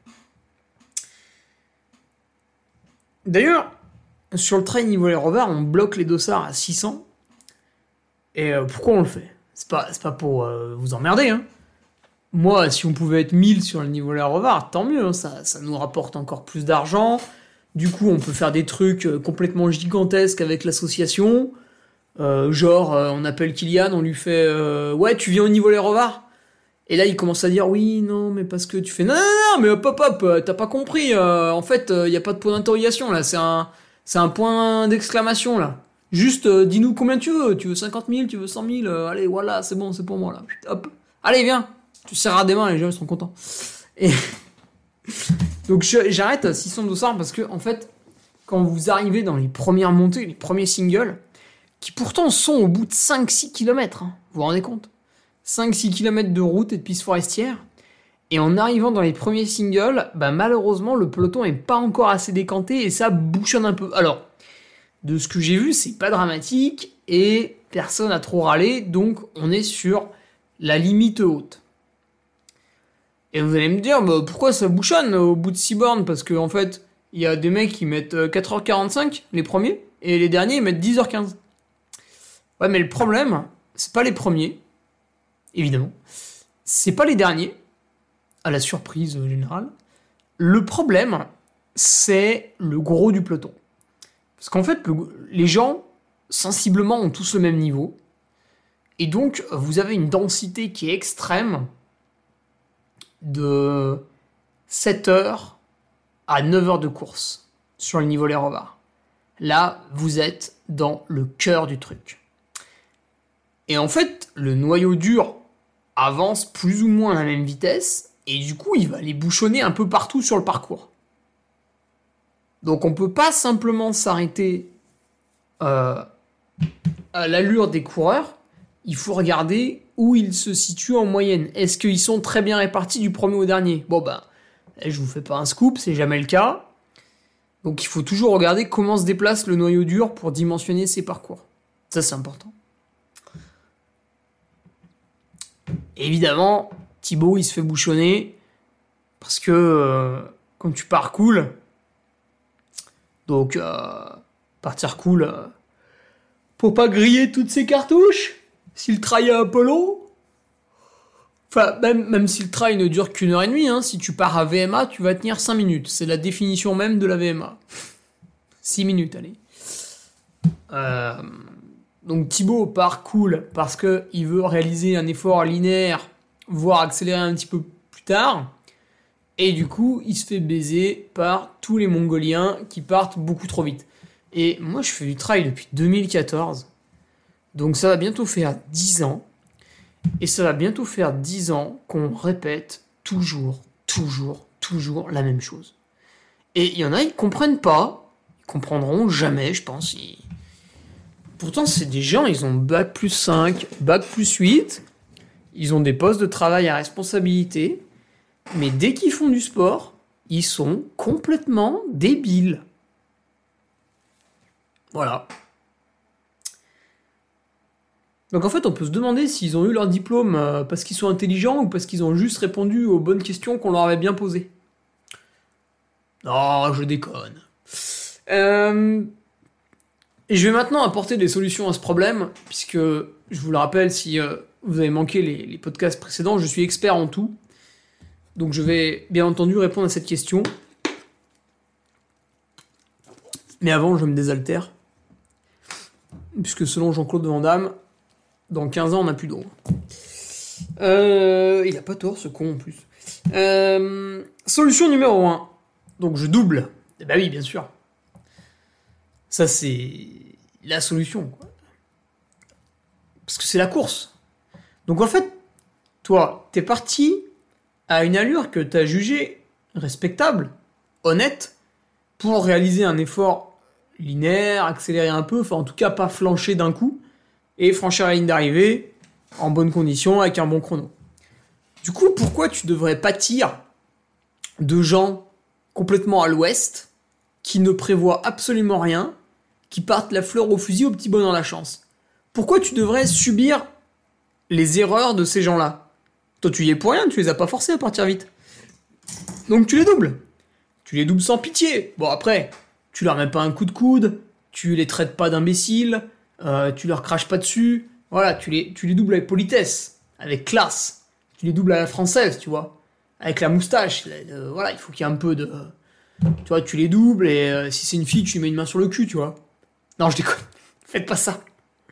D'ailleurs, sur le trail niveau les Rovers, on bloque les dossards à 600. Et pourquoi on le fait? C'est pas pour vous emmerder, hein. Moi, si on pouvait être 1000 sur le niveau les Rovers, tant mieux, hein. Ça nous rapporte encore plus d'argent. Du coup, on peut faire des trucs complètement gigantesques avec l'association. On appelle Kylian, on lui fait ouais, tu viens au niveau les Rovers? Et là, il commence à dire oui, non, mais parce que tu fais non, mais hop, t'as pas compris. En fait, y a pas de point d'interrogation là, c'est un point d'exclamation là. Juste, dis-nous combien tu veux. Tu veux 50 000, tu veux 100 000. Allez, voilà, c'est bon, c'est pour moi là. Hop, allez, viens. Tu serras des mains, les gens ils seront contents. Et donc j'arrête à 600 dossards parce que en fait, quand vous arrivez dans les premières montées, les premiers singles, qui pourtant sont au bout de 5-6 km, hein, vous vous rendez compte? 5-6 km de route et de piste forestière. Et en arrivant dans les premiers singles, bah malheureusement, le peloton est pas encore assez décanté et ça bouchonne un peu. Alors, de ce que j'ai vu, c'est pas dramatique et personne a trop râlé, donc on est sur la limite haute. Et vous allez me dire, bah, pourquoi ça bouchonne au bout de 6 bornes? Parce qu'en fait, il y a des mecs qui mettent 4h45, les premiers, et les derniers, ils mettent 10h15. Ouais, mais le problème, c'est pas les premiers, évidemment. C'est pas les derniers, à la surprise générale. Le problème, c'est le gros du peloton. Parce qu'en fait, les gens, sensiblement, ont tous le même niveau. Et donc, vous avez une densité qui est extrême de 7h à 9h de course sur le niveau les Rovers. Là, vous êtes dans le cœur du truc. Et en fait, le noyau dur avance plus ou moins à la même vitesse, et du coup, il va les bouchonner un peu partout sur le parcours. Donc on peut pas simplement s'arrêter à l'allure des coureurs, il faut regarder où ils se situent en moyenne. Est-ce qu'ils sont très bien répartis du premier au dernier? Bon ben, je vous fais pas un scoop, c'est jamais le cas. Donc il faut toujours regarder comment se déplace le noyau dur pour dimensionner ses parcours. Ça c'est important. Évidemment, Thibaut il se fait bouchonner parce que quand tu pars cool, donc partir cool pour pas griller toutes ses cartouches, si le trail est un peu long. Enfin, même si le trail ne dure qu'1h30, hein, si tu pars à VMA, tu vas tenir 5 minutes. C'est la définition même de la VMA. 6 minutes, allez. Donc Thibaut part cool parce qu'il veut réaliser un effort linéaire, voire accélérer un petit peu plus tard. Et du coup, il se fait baiser par tous les Mongoliens qui partent beaucoup trop vite. Et moi, je fais du trail depuis 2014. Donc ça va bientôt faire 10 ans. Et ça va bientôt faire 10 ans qu'on répète toujours la même chose. Et il y en a, ils comprennent pas. Ils comprendront jamais, je pense. Pourtant, c'est des gens, ils ont bac plus 5, bac plus 8. Ils ont des postes de travail à responsabilité. Mais dès qu'ils font du sport, ils sont complètement débiles. Voilà. Donc en fait, on peut se demander s'ils ont eu leur diplôme parce qu'ils sont intelligents ou parce qu'ils ont juste répondu aux bonnes questions qu'on leur avait bien posées. Non, je déconne. Et je vais maintenant apporter des solutions à ce problème, puisque, je vous le rappelle, si vous avez manqué les podcasts précédents, je suis expert en tout. Donc je vais bien entendu répondre à cette question. Mais avant, je me désaltère. Puisque selon Jean-Claude Van Damme, dans 15 ans, on n'a plus d'eau. Il a pas tort, ce con, en plus. Solution numéro 1. Donc je double. Eh ben oui, bien sûr. Ça, c'est la solution, quoi. Parce que c'est la course. Donc en fait, toi, t'es parti à une allure que t'as jugée respectable, honnête, pour réaliser un effort linéaire, accélérer un peu, enfin en tout cas pas flancher d'un coup, et franchir la ligne d'arrivée en bonne condition avec un bon chrono. Du coup, pourquoi tu devrais pâtir de gens complètement à l'ouest, qui ne prévoient absolument rien, qui partent la fleur au fusil au petit bonheur la chance? Pourquoi tu devrais subir les erreurs de ces gens-là? Toi, tu y es pour rien, tu les as pas forcés à partir vite. Donc tu les doubles. Tu les doubles sans pitié. Bon, après, tu leur mets pas un coup de coude, tu les traites pas d'imbéciles, tu leur craches pas dessus. Voilà, tu les doubles avec politesse, avec classe. Tu les doubles à la française, tu vois. Avec la moustache. Voilà, il faut qu'il y ait un peu de... Tu vois, tu les doubles et si c'est une fille, tu lui mets une main sur le cul, tu vois. Non, je déconne. Faites pas ça.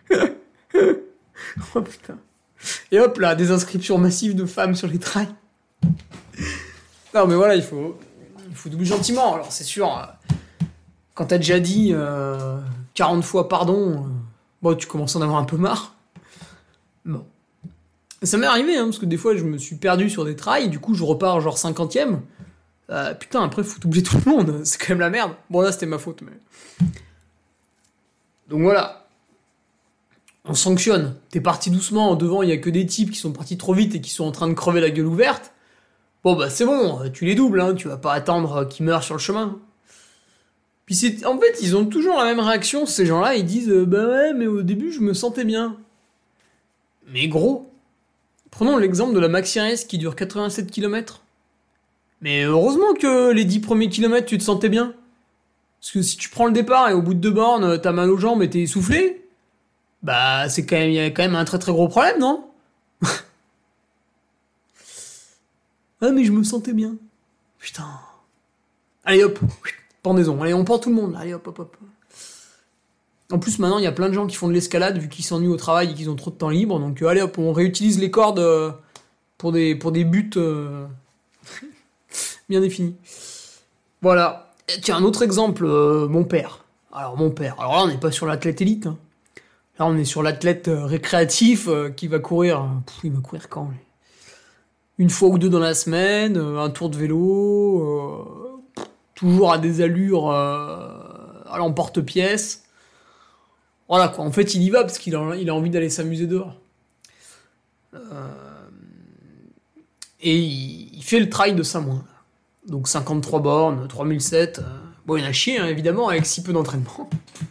Oh putain. Et hop là, des inscriptions massives de femmes sur les trails. Non mais voilà, il faut doubler gentiment. Alors c'est sûr, quand t'as déjà dit 40 fois pardon, bon tu commences à en avoir un peu marre. Bon. Ça m'est arrivé, parce que des fois je me suis perdu sur des trails, du coup je repars genre 50ème. Putain, après faut doubler tout le monde, c'est quand même la merde. Bon là c'était ma faute, mais... Donc voilà. On sanctionne. T'es parti doucement, devant il y a que des types qui sont partis trop vite et qui sont en train de crever la gueule ouverte. Bon bah c'est bon, tu les doubles, tu vas pas attendre qu'ils meurent sur le chemin. Puis en fait, ils ont toujours la même réaction, ces gens-là, ils disent bah ouais, mais au début je me sentais bien. Mais gros, prenons l'exemple de la Maxi RS qui dure 87 km. Mais heureusement que les 10 premiers kilomètres tu te sentais bien. Parce que si tu prends le départ et au bout de 2 bornes, t'as mal aux jambes et t'es essoufflé, bah il y a quand même un très très gros problème, non? Ah mais je me sentais bien. Putain. Allez hop, pendaison. Allez, on pend tout le monde. Allez hop hop hop. En plus maintenant il y a plein de gens qui font de l'escalade vu qu'ils s'ennuient au travail et qu'ils ont trop de temps libre. Donc allez hop, on réutilise les cordes pour des buts bien définis. Voilà. Et tiens, un autre exemple, mon père. Alors là on n'est pas sur l'athlète élite. Là on est sur l'athlète récréatif qui va courir. Il va courir quand lui? Une fois ou deux dans la semaine, un tour de vélo, toujours à des allures à l'emporte-pièce. Voilà quoi, en fait il y va parce qu'il a envie d'aller s'amuser dehors. Et il fait le trail de Samoin. Donc 53 bornes, 3007. Bon, il y en a chier, évidemment, avec si peu d'entraînement.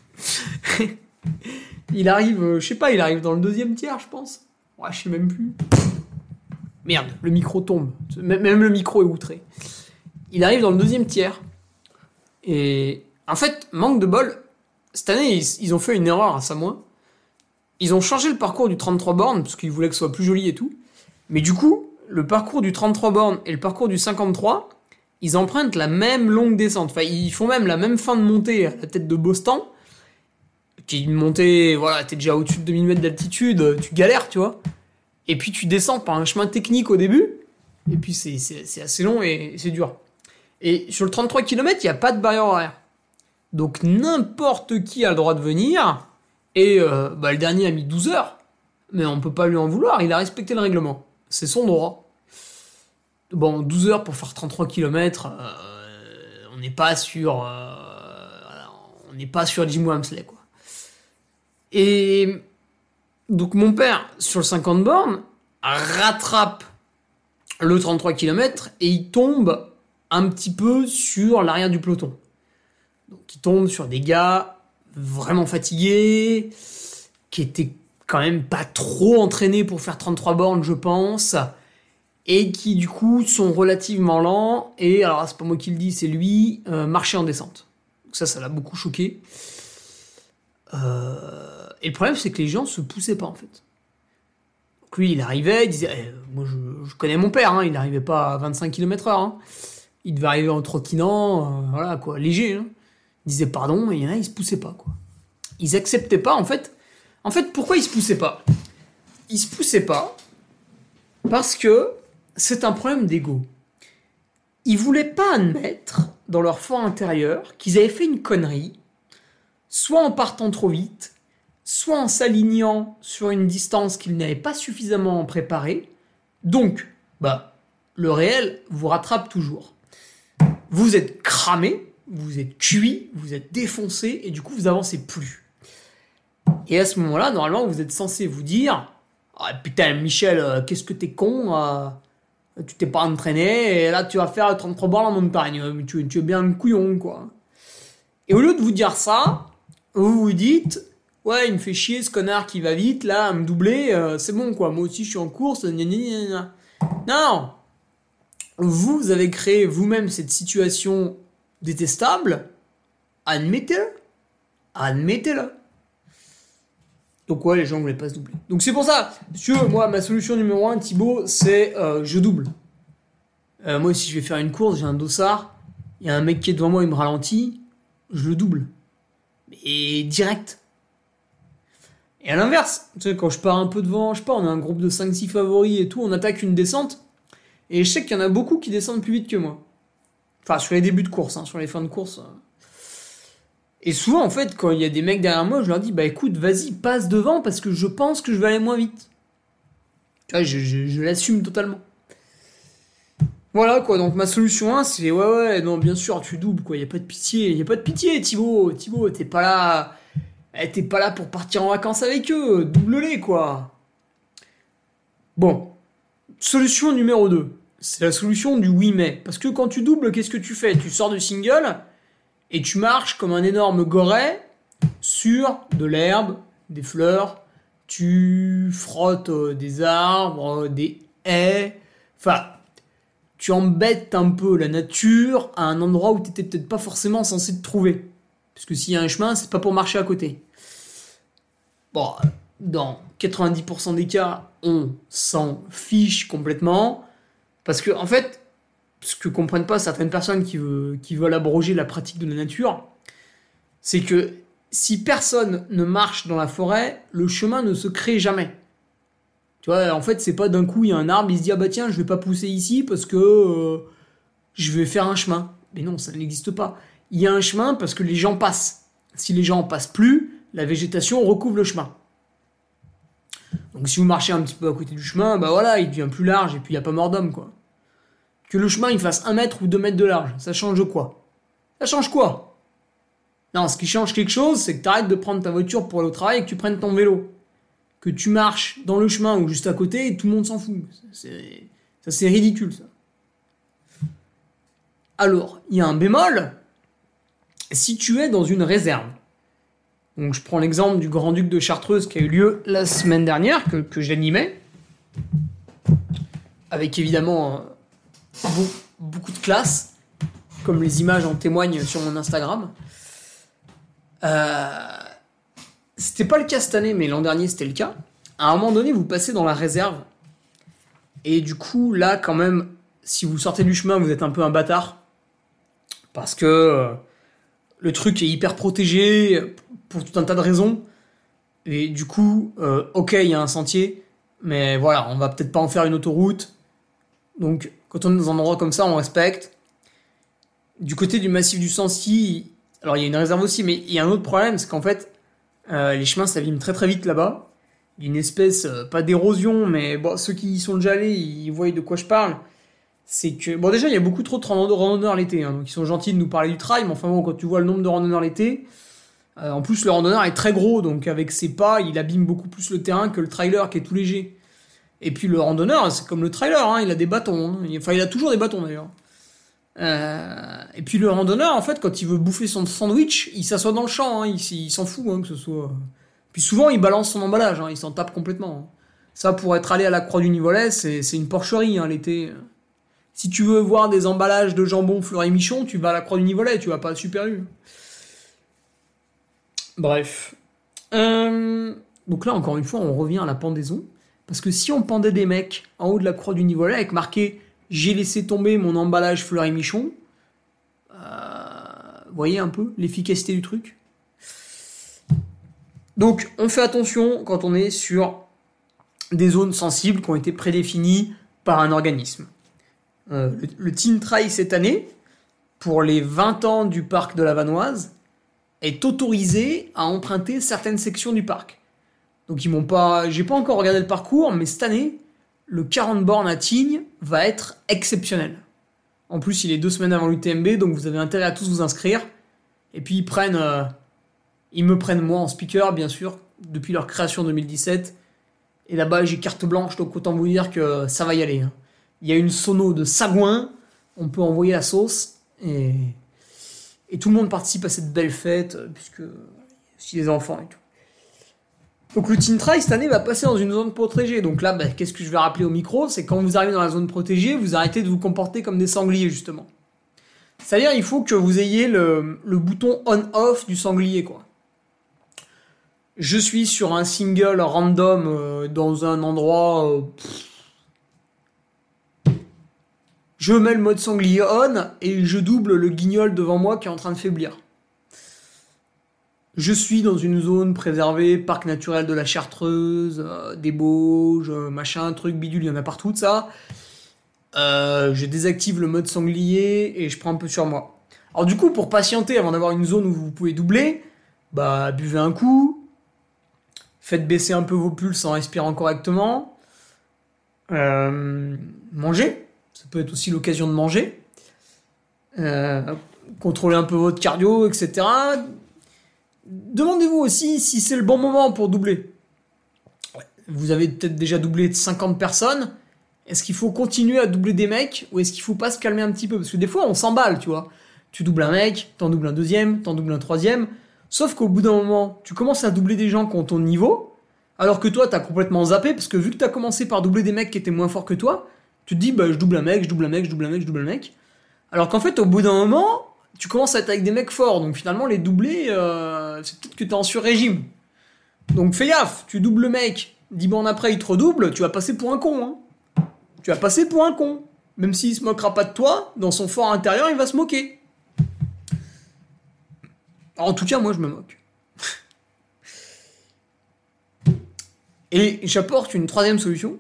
Il arrive, je sais pas, il arrive dans le 2e tiers, je pense. Ouais, je sais même plus. Merde, le micro tombe. Même le micro est outré. Il arrive dans le 2e tiers. Et en fait, manque de bol, cette année, ils ont fait une erreur à Samoin. Ils ont changé le parcours du 33 bornes, parce qu'ils voulaient que ce soit plus joli et tout. Mais du coup, le parcours du 33 bornes et le parcours du 53, ils empruntent la même longue descente. Enfin, ils font même la même fin de montée à la tête de Bostan, qui est une montée, voilà, t'es déjà au-dessus de 2000 mètres d'altitude, tu galères, tu vois. Et puis tu descends par un chemin technique au début, et puis c'est assez long et c'est dur. Et sur le 33 km, il n'y a pas de barrière horaire. Donc n'importe qui a le droit de venir, et le dernier a mis 12 heures, mais on peut pas lui en vouloir, il a respecté le règlement. C'est son droit. Bon, 12 heures pour faire 33 km, on n'est pas sur... on n'est pas sur Jim Wamsley, quoi. Et donc mon père, sur le 50 bornes, rattrape le 33 km et il tombe un petit peu sur l'arrière du peloton. Donc il tombe sur des gars vraiment fatigués, qui étaient quand même pas trop entraînés pour faire 33 bornes, je pense, et qui du coup sont relativement lents, et alors c'est pas moi qui le dis, c'est lui, marcher en descente. Donc ça l'a beaucoup choqué. Et le problème, c'est que les gens se poussaient pas, en fait. Donc lui, il arrivait, il disait... moi, je connais mon père, hein, il n'arrivait pas à 25 km/h. Hein. Il devait arriver en trottinant, voilà, quoi, léger. Hein. Il disait pardon, et il y en a, ils se poussaient pas, quoi. Ils acceptaient pas, en fait. En fait, pourquoi ils se poussaient pas? Ils se poussaient pas parce que c'est un problème d'ego. Ils voulaient pas admettre, dans leur fort intérieur, qu'ils avaient fait une connerie, soit en partant trop vite, soit en s'alignant sur une distance qu'ils n'avaient pas suffisamment préparée. Donc, le réel vous rattrape toujours. Vous êtes cramé, vous êtes cuit, vous êtes défoncé, et du coup, vous avancez plus. Et à ce moment-là, normalement, vous êtes censé vous dire « Ah putain, Michel, qu'est-ce que t'es con, tu t'es pas entraîné, et là, tu vas faire 33 bornes en montagne, tu es bien un couillon, quoi. » Et au lieu de vous dire ça, vous vous dites « Ouais, il me fait chier, ce connard qui va vite, là, à me doubler, c'est bon, quoi, moi aussi, je suis en course, gna gna gna gna. » Non. Vous avez créé vous-même cette situation détestable, admettez-le. Admettez-le. Donc ouais, les gens ne voulaient pas se doubler. Donc c'est pour ça, monsieur, moi, ma solution numéro 1, Thibaut, c'est je double. Moi, si je vais faire une course, j'ai un dossard, il y a un mec qui est devant moi, il me ralentit, je le double. Et direct. Et à l'inverse, tu sais, quand je pars un peu devant, je sais pas, on a un groupe de 5-6 favoris et tout, on attaque une descente, et je sais qu'il y en a beaucoup qui descendent plus vite que moi. Enfin, sur les débuts de course, sur les fins de course. Et souvent, en fait, quand il y a des mecs derrière moi, je leur dis, écoute, vas-y, passe devant, parce que je pense que je vais aller moins vite. Tu vois, je l'assume totalement. Voilà, quoi, donc ma solution 1, c'est, ouais, non, bien sûr, tu doubles, quoi, y a pas de pitié, Thibaut, t'es pas là pour partir en vacances avec eux, double-les, quoi. Bon, solution numéro 2, c'est la solution du oui mais, parce que quand tu doubles, qu'est-ce que tu fais? Tu sors du single, et tu marches comme un énorme goret sur de l'herbe, des fleurs, tu frottes des arbres, des haies, enfin, tu embêtes un peu la nature à un endroit où tu n'étais peut-être pas forcément censé te trouver. Parce que s'il y a un chemin, c'est pas pour marcher à côté. Bon, dans 90% des cas, on s'en fiche complètement, parce que, en fait, ce que comprennent pas certaines personnes qui veulent abroger la pratique de la nature, c'est que si personne ne marche dans la forêt, le chemin ne se crée jamais. Tu vois, en fait, c'est pas d'un coup, il y a un arbre, il se dit « Ah bah tiens, je vais pas pousser ici parce que je vais faire un chemin. » Mais non, ça n'existe pas. Il y a un chemin parce que les gens passent. Si les gens passent plus, la végétation recouvre le chemin. Donc si vous marchez un petit peu à côté du chemin, voilà, il devient plus large et puis il n'y a pas mort d'homme, quoi. Que le chemin il fasse 1 mètre ou 2 mètres de large, ça change quoi? Ça change quoi? Non, ce qui change quelque chose, c'est que tu arrêtes de prendre ta voiture pour aller au travail et que tu prennes ton vélo. Que tu marches dans le chemin ou juste à côté et tout le monde s'en fout. Ça, c'est ridicule, ça. Alors, il y a un bémol. Si tu es dans une réserve, donc je prends l'exemple du Grand-Duc de Chartreuse qui a eu lieu la semaine dernière, que j'animais, avec évidemment beaucoup de classe, comme les images en témoignent sur mon Instagram. C'était pas le cas cette année, mais l'an dernier c'était le cas. À un moment donné, vous passez dans la réserve, et du coup, là, quand même, si vous sortez du chemin, vous êtes un peu un bâtard, parce que le truc est hyper protégé pour tout un tas de raisons, et du coup, ok, il y a un sentier, mais voilà, on va peut-être pas en faire une autoroute, donc quand on est dans un endroit comme ça, on respecte. Du côté du massif du Sancy, alors il y a une réserve aussi, mais il y a un autre problème, c'est qu'en fait, les chemins s'abîment très très vite là-bas. Il y a une espèce, pas d'érosion, mais ceux qui y sont déjà allés, ils voient de quoi je parle. C'est que, déjà, il y a beaucoup trop de randonneurs l'été, donc ils sont gentils de nous parler du trail, mais enfin bon, quand tu vois le nombre de randonneurs l'été, en plus le randonneur est très gros, donc avec ses pas, il abîme beaucoup plus le terrain que le trailer qui est tout léger. Et puis le randonneur, c'est comme le trailer, il a des bâtons, il a toujours des bâtons d'ailleurs. Et puis le randonneur, en fait, quand il veut bouffer son sandwich, il s'assoit dans le champ, il s'en fout que ce soit... Puis souvent, il balance son emballage, il s'en tape complètement. Ça, pour être allé à la Croix du Nivolet, c'est une porcherie, l'été. Si tu veux voir des emballages de jambon Fleury-Michon, tu vas à la Croix du Nivolet, tu vas pas à Super U. Bref. Donc là, encore une fois, on revient à la pendaison. Parce que si on pendait des mecs en haut de la croix du niveau là, avec marqué « J'ai laissé tomber mon emballage fleur et michon », vous voyez un peu l'efficacité du truc. Donc, on fait attention quand on est sur des zones sensibles qui ont été prédéfinies par un organisme. Le Teen Trail cette année, pour les 20 ans du parc de la Vanoise, est autorisé à emprunter certaines sections du parc. Donc j'ai pas encore regardé le parcours, mais cette année, le 40 bornes à Tignes va être exceptionnel. En plus, il est 2 semaines avant l'UTMB, donc vous avez intérêt à tous vous inscrire. Et puis ils me prennent moi en speaker, bien sûr, depuis leur création en 2017. Et là-bas, j'ai carte blanche, donc autant vous dire que ça va y aller. Il y a une sono de sagouin, on peut envoyer la sauce, et tout le monde participe à cette belle fête, puisque si les enfants et tout. Donc le Teen Trail cette année va passer dans une zone protégée. Donc là, qu'est-ce que je vais rappeler au micro? C'est quand vous arrivez dans la zone protégée, vous arrêtez de vous comporter comme des sangliers, justement. C'est-à-dire, il faut que vous ayez le bouton on-off du sanglier, quoi. Je suis sur un single random dans un endroit... je mets le mode sanglier on et je double le guignol devant moi qui est en train de faiblir. Je suis dans une zone préservée, parc naturel de la Chartreuse, des Bauges, machin, truc, bidule, il y en a partout de ça. Je désactive le mode sanglier et je prends un peu sur moi. Alors du coup, pour patienter avant d'avoir une zone où vous pouvez doubler, buvez un coup, faites baisser un peu vos pulses en respirant correctement, mangez, ça peut être aussi l'occasion de manger, contrôlez un peu votre cardio, etc. Demandez-vous aussi si c'est le bon moment pour doubler. Vous avez peut-être déjà doublé de 50 personnes. Est-ce qu'il faut continuer à doubler des mecs ou est-ce qu'il faut pas se calmer un petit peu? Parce que des fois, on s'emballe, tu vois. Tu doubles un mec, t'en doubles un deuxième, t'en doubles un troisième. Sauf qu'au bout d'un moment, tu commences à doubler des gens qui ont ton niveau, alors que toi, t'as complètement zappé, parce que vu que t'as commencé par doubler des mecs qui étaient moins forts que toi, tu te dis, je double un mec, je double un mec, je double un mec, je double un mec. Alors qu'en fait, au bout d'un moment, tu commences à être avec des mecs forts, donc finalement, les doubler, c'est peut-être que t'es en sur-régime. Donc fais gaffe, tu doubles le mec, 10 bornes après, il te redouble, tu vas passer pour un con, hein. Tu vas passer pour un con. Même s'il se moquera pas de toi, dans son fort intérieur, il va se moquer. Alors, en tout cas, moi, je me moque. Et j'apporte une troisième solution.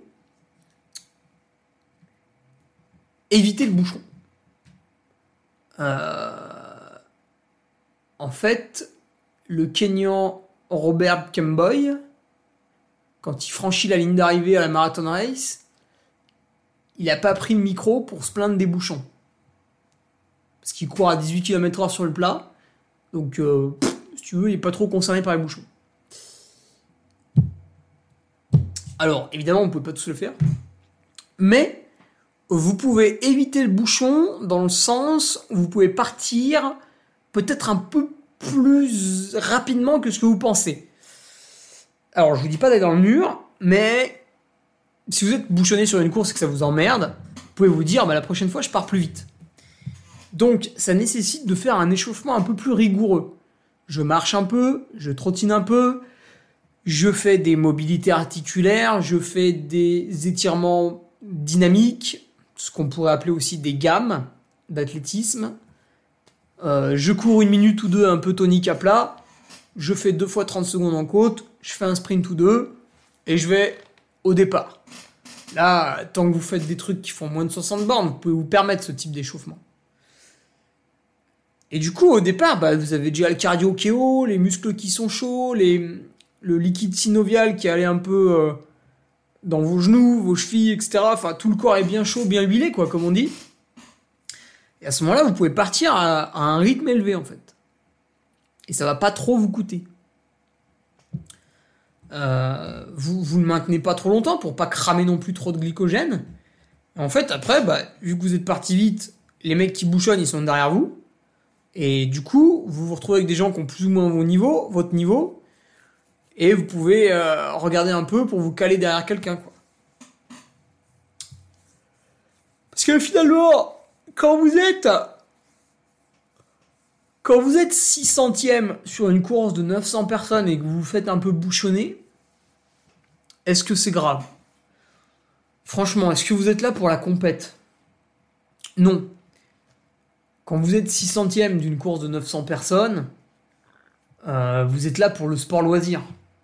Éviter le bouchon. En fait, le Kenyan Robert Kemboy, quand il franchit la ligne d'arrivée à la Marathon Race, il n'a pas pris le micro pour se plaindre des bouchons. Parce qu'il court à 18 km/h sur le plat. Donc, si tu veux, il n'est pas trop concerné par les bouchons. Alors, évidemment, on ne peut pas tous le faire. Mais, vous pouvez éviter le bouchon dans le sens où vous pouvez partir peut-être un peu plus rapidement que ce que vous pensez. Alors, je vous dis pas d'aller dans le mur, mais... si vous êtes bouchonné sur une course et que ça vous emmerde, vous pouvez vous dire la prochaine fois je pars plus vite. Donc ça nécessite de faire un échauffement un peu plus rigoureux. Je marche un peu, je trottine un peu, je fais des mobilités articulaires, je fais des étirements dynamiques, ce qu'on pourrait appeler aussi des gammes d'athlétisme. Je cours 1 minute ou 2 un peu tonique à plat, je fais 2 fois 30 secondes en côte, je fais un sprint ou 2 et je vais au départ. Là, tant que vous faites des trucs qui font moins de 60 bornes, vous pouvez vous permettre ce type d'échauffement. Et du coup, au départ, vous avez déjà le cardio qui est haut, les muscles qui sont chauds, le liquide synovial qui est allé un peu dans vos genoux, vos chevilles, etc. Enfin, tout le corps est bien chaud, bien huilé, quoi, comme on dit. Et à ce moment-là, vous pouvez partir à un rythme élevé, en fait. Et ça va pas trop vous coûter. Vous le maintenez pas trop longtemps pour pas cramer non plus trop de glycogène. Et en fait, après, vu que vous êtes parti vite, les mecs qui bouchonnent, ils sont derrière vous. Et du coup, vous vous retrouvez avec des gens qui ont plus ou moins votre niveau. Et vous pouvez regarder un peu pour vous caler derrière quelqu'un, quoi. Parce que finalement, quand vous êtes Quand vous êtes 600e sur une course de 900 personnes et que vous vous faites un peu bouchonner, est-ce que c'est grave ? Franchement, est-ce que vous êtes là pour la compète ? Non. Quand vous êtes 600e d'une course de 900 personnes, vous êtes là pour le sport loisir.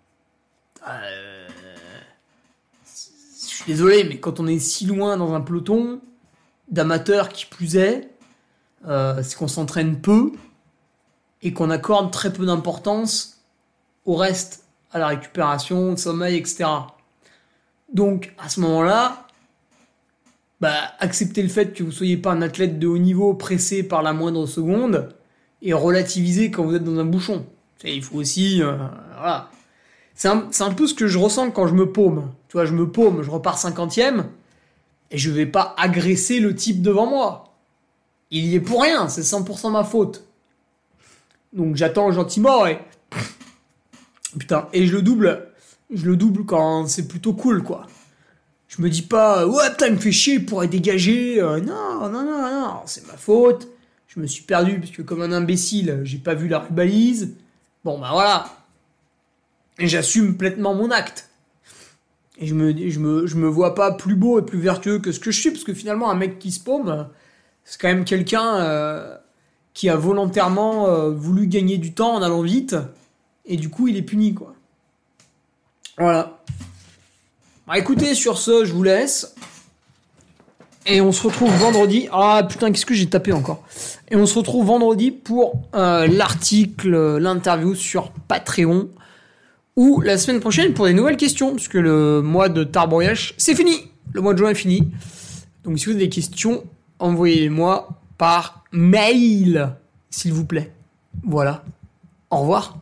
Je suis désolé, mais quand on est si loin dans un peloton, d'amateurs qui plus est, c'est qu'on s'entraîne peu et qu'on accorde très peu d'importance au reste, à la récupération, au sommeil, etc. Donc, à ce moment-là, acceptez le fait que vous ne soyez pas un athlète de haut niveau pressé par la moindre seconde et relativisez quand vous êtes dans un bouchon. Il faut aussi... voilà. C'est un peu ce que je ressens quand je me paume. Tu vois, je me paume, je repars 50e et je vais pas agresser le type devant moi. Il y est pour rien, c'est 100% ma faute. Donc j'attends gentiment et... Putain, et je le double quand c'est plutôt cool, quoi. Je me dis pas, ouais, putain, il me fait chier, il pourrait dégager. Non, c'est ma faute. Je me suis perdu parce que comme un imbécile, j'ai pas vu la rubalise. Bon, voilà. Et j'assume pleinement mon acte. Et je me vois pas plus beau et plus vertueux que ce que je suis, parce que finalement, un mec qui se paume, c'est quand même quelqu'un qui a volontairement voulu gagner du temps en allant vite, et du coup, il est puni, quoi. Voilà. Écoutez, sur ce, je vous laisse. Et on se retrouve vendredi. Ah putain, qu'est-ce que j'ai tapé encore. Et on se retrouve vendredi pour l'interview sur Patreon. Ou la semaine prochaine pour des nouvelles questions. Puisque le mois de Tarborièche, c'est fini. Le mois de juin est fini. Donc si vous avez des questions, envoyez-les-moi par mail, s'il vous plaît. Voilà. Au revoir.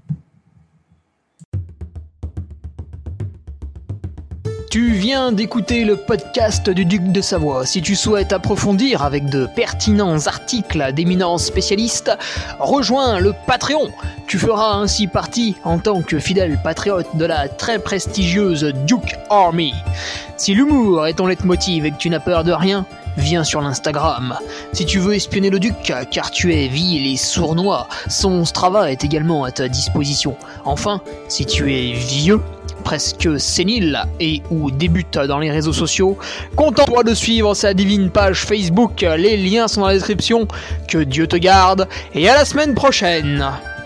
Tu viens d'écouter le podcast du Duc de Savoie. Si tu souhaites approfondir avec de pertinents articles d'éminents spécialistes, rejoins le Patreon. Tu feras ainsi partie en tant que fidèle patriote de la très prestigieuse Duke Army. Si l'humour est ton leitmotiv et que tu n'as peur de rien, viens sur l'Instagram. Si tu veux espionner le Duc, car tu es vil et sournois, son Strava est également à ta disposition. Enfin, si tu es vieux, presque sénile et ou débute dans les réseaux sociaux, contente-toi de suivre sa divine page Facebook, les liens sont dans la description. Que Dieu te garde et à la semaine prochaine.